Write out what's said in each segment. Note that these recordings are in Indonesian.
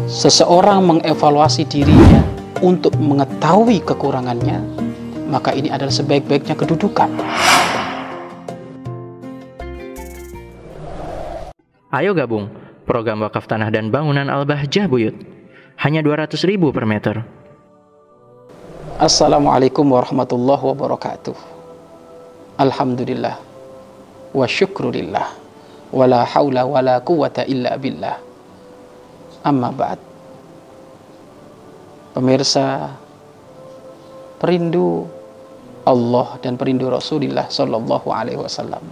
seseorang mengevaluasi dirinya untuk mengetahui kekurangannya, maka ini adalah sebaik-baiknya kedudukan. Ayo gabung program wakaf tanah dan bangunan Al-Bahjah Buyut. Hanya 200.000 per meter. Assalamualaikum warahmatullahi wabarakatuh. Alhamdulillah wa syukrulillah wa la hawla wa la quwata illa billah. Amma ba'd. Pemirsa, perindu Allah dan perindu Rasulullah sallallahu alaihi wasallam.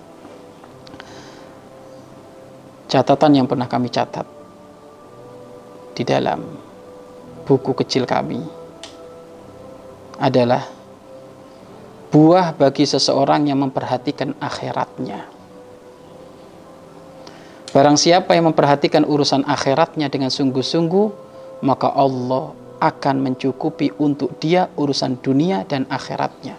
Catatan yang pernah kami catat di dalam buku kecil kami adalah buah bagi seseorang yang memperhatikan akhiratnya. Barang siapa yang memperhatikan urusan akhiratnya dengan sungguh-sungguh, maka Allah akan mencukupi untuk dia urusan dunia dan akhiratnya.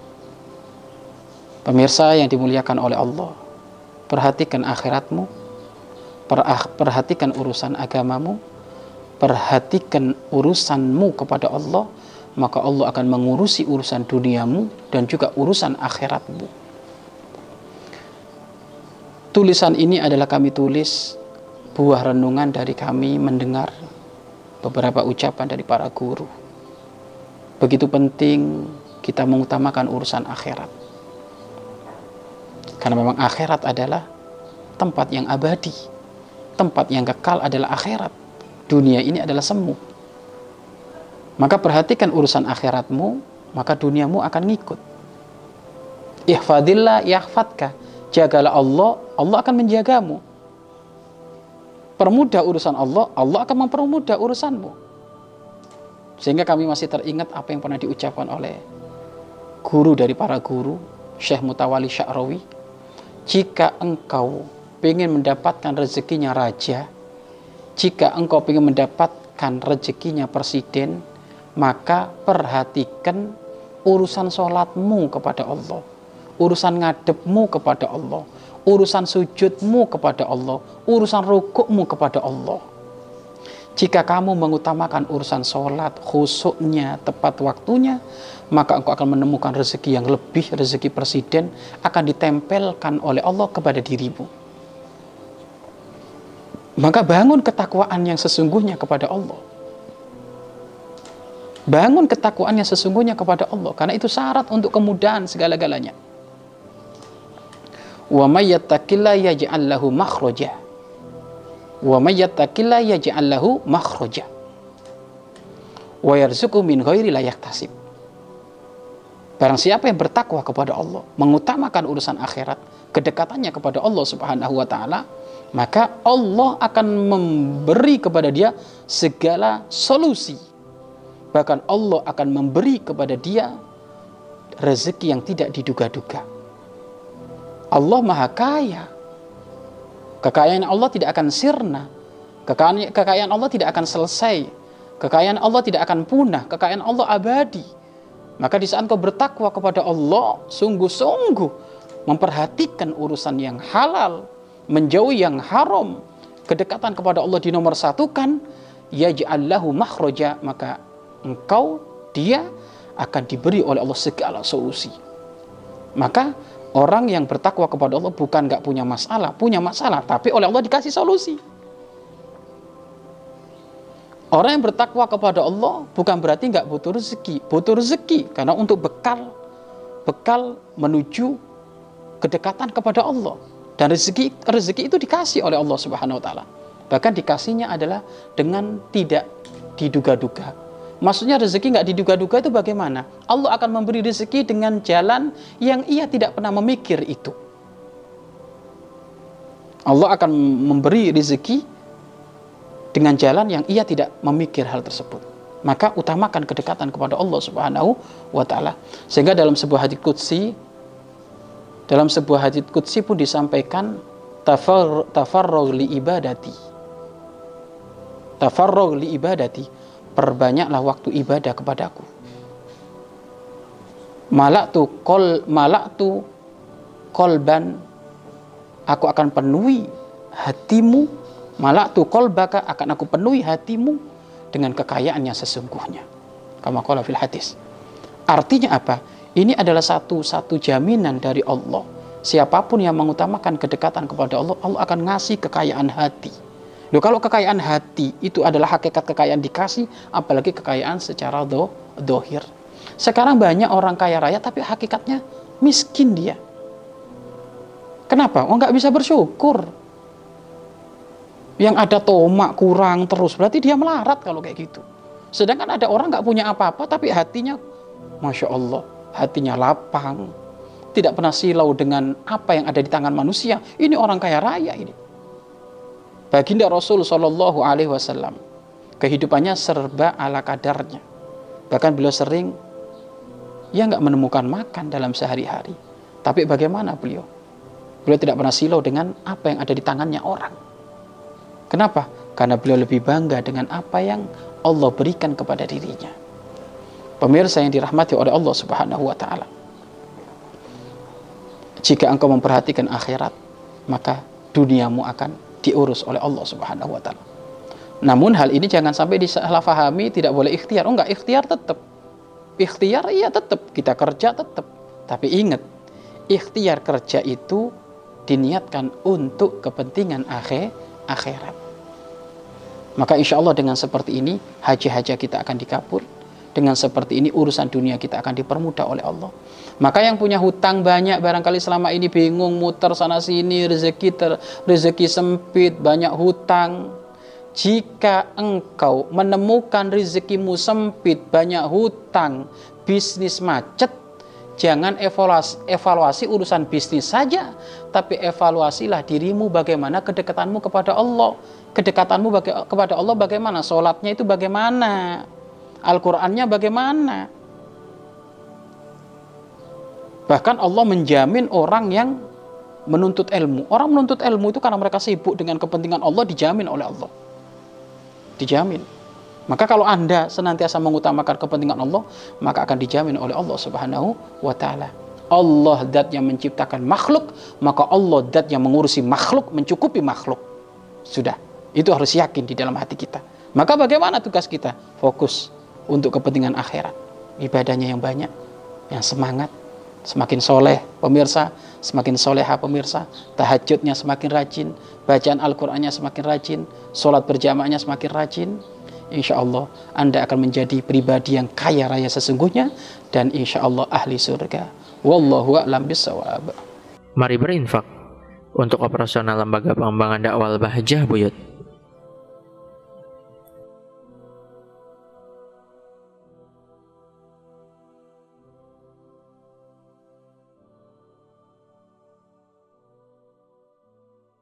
Pemirsa yang dimuliakan oleh Allah, perhatikan akhiratmu, perhatikan urusan agamamu, perhatikan urusanmu kepada Allah, maka Allah akan mengurusi urusan duniamu dan juga urusan akhiratmu. Tulisan ini adalah kami tulis buah renungan dari kami mendengar beberapa ucapan dari para guru. Begitu penting kita mengutamakan urusan akhirat. Karena memang akhirat adalah tempat yang abadi. Tempat yang kekal adalah akhirat. Dunia ini adalah semu. Maka perhatikan urusan akhiratmu, maka duniamu akan ngikut. Ihfadillah yahfadka. Jagalah Allah, Allah akan menjagamu. Permudah urusan Allah, Allah akan mempermudah urusanmu. Sehingga kami masih teringat apa yang pernah diucapkan oleh guru dari para guru, Syekh Mutawali Sya'rawi. Jika engkau ingin mendapatkan rezekinya raja, jika engkau ingin mendapatkan rezekinya presiden, maka perhatikan urusan sholatmu kepada Allah, urusan ngadepmu kepada Allah, urusan sujudmu kepada Allah, urusan rukukmu kepada Allah. Jika kamu mengutamakan urusan sholat, khusyuknya, tepat waktunya, maka engkau akan menemukan rezeki yang lebih, rezeki presiden akan ditempelkan oleh Allah kepada dirimu. Maka bangun ketakwaan yang sesungguhnya kepada Allah. Bangun ketakwaan yang sesungguhnya kepada Allah, karena itu syarat untuk kemudahan segala-galanya. Wa may yattaqillah yaj'al lahu makhraja. Wa may yattaqillah yaj'al lahu makhraja. Wa yarzuqhu min ghairi la yahtasib. Barang siapa yang bertakwa kepada Allah, mengutamakan urusan akhirat, kedekatannya kepada Allah Subhanahu wa taala, maka Allah akan memberi kepada dia segala solusi. Bahkan Allah akan memberi kepada dia rezeki yang tidak diduga-duga. Allah Maha Kaya. Kekayaan Allah tidak akan sirna. Kekayaan Allah tidak akan selesai. Kekayaan Allah tidak akan punah. Kekayaan Allah abadi. Maka di saat kau bertakwa kepada Allah, sungguh-sungguh memperhatikan urusan yang halal, menjauhi yang haram, kedekatan kepada Allah di nomor satukan, yaj'al lahu makhraja, maka dia akan diberi oleh Allah segala solusi. Maka orang yang bertakwa kepada Allah bukan gak punya masalah, tapi oleh Allah dikasih solusi. Orang yang bertakwa kepada Allah bukan berarti gak butuh rezeki, karena untuk bekal menuju kedekatan kepada Allah. Dan rezeki itu dikasih oleh Allah Subhanahu wa taala. Bahkan dikasihnya adalah dengan tidak diduga-duga. Maksudnya rezeki nggak diduga-duga itu bagaimana? Allah akan memberi rezeki dengan jalan yang ia tidak pernah memikir itu. Allah akan memberi rezeki dengan jalan yang ia tidak memikir hal tersebut. Maka utamakan kedekatan kepada Allah Subhanahu wa taala. Sehingga dalam sebuah hadits qudsi pun disampaikan tafarrugh li ibadati. Tafarrugh li ibadati. Perbanyaklah waktu ibadah kepadaku. Malaktu kolban, aku akan penuhi hatimu Mala'tu qalbaka, akan aku penuhi hatimu dengan kekayaan yang sesungguhnya. Kama qala fil hadis. Artinya apa? Ini adalah satu jaminan dari Allah. Siapapun yang mengutamakan kedekatan kepada Allah, Allah akan ngasih kekayaan hati. Loh, kalau kekayaan hati itu adalah hakikat kekayaan dikasih, apalagi kekayaan secara dohir. Sekarang banyak orang kaya raya tapi hakikatnya miskin dia. Kenapa? Oh, nggak bisa bersyukur. Yang ada tomak kurang terus, berarti dia melarat kalau kayak gitu. Sedangkan ada orang nggak punya apa-apa tapi hatinya, Masya Allah, hatinya lapang, tidak pernah silau dengan apa yang ada di tangan manusia. Ini orang kaya raya ini. Baginda Rasul Shallallahu Alaihi Wasallam, kehidupannya serba ala kadarnya. Bahkan beliau sering, ya nggak menemukan makan dalam sehari-hari. Tapi bagaimana beliau? Beliau tidak pernah silau dengan apa yang ada di tangannya orang. Kenapa? Karena beliau lebih bangga dengan apa yang Allah berikan kepada dirinya. Pemirsa yang dirahmati oleh Allah Subhanahu wa Ta'ala, jika engkau memperhatikan akhirat, maka duniamu akan diurus oleh Allah Subhanahu wa Ta'ala. Namun hal ini jangan sampai disalahfahami, tidak boleh ikhtiar. Oh enggak, ikhtiar tetap. Ikhtiar iya tetap, kita kerja tetap. Tapi ingat, ikhtiar kerja itu diniatkan untuk kepentingan akhirat. Maka insya Allah dengan seperti ini haji-haji kita akan dikabul. Dengan seperti ini urusan dunia kita akan dipermudah oleh Allah. Maka yang punya hutang banyak, barangkali selama ini bingung muter sana sini, rezeki sempit, banyak hutang. Jika engkau menemukan rezekimu sempit, banyak hutang, bisnis macet, jangan evaluasi urusan bisnis saja, tapi evaluasilah dirimu, bagaimana kedekatanmu kepada Allah. Kedekatanmu kepada Allah bagaimana? Sholatnya itu bagaimana? Al-Qur'annya bagaimana? Bahkan Allah menjamin orang yang menuntut ilmu. Orang menuntut ilmu itu karena mereka sibuk dengan kepentingan Allah, dijamin oleh Allah. Dijamin. Maka kalau Anda senantiasa mengutamakan kepentingan Allah, maka akan dijamin oleh Allah Subhanahu wa Ta'ala. Allah zat yang menciptakan makhluk, maka Allah zat yang mengurusi makhluk, mencukupi makhluk. Sudah, itu harus yakin di dalam hati kita. Maka bagaimana tugas kita? Fokus untuk kepentingan akhirat. Ibadahnya yang banyak, yang semangat, semakin soleh pemirsa, semakin soleha pemirsa, tahajudnya semakin rajin, bacaan Al-Qur'annya semakin rajin, sholat berjamaahnya semakin rajin. Insya Allah Anda akan menjadi pribadi yang kaya raya sesungguhnya, dan insya Allah ahli surga. Wallahu a'lam bishawab. Mari berinfak untuk operasional lembaga pengembangan dakwah Al-Bahjah Buyut.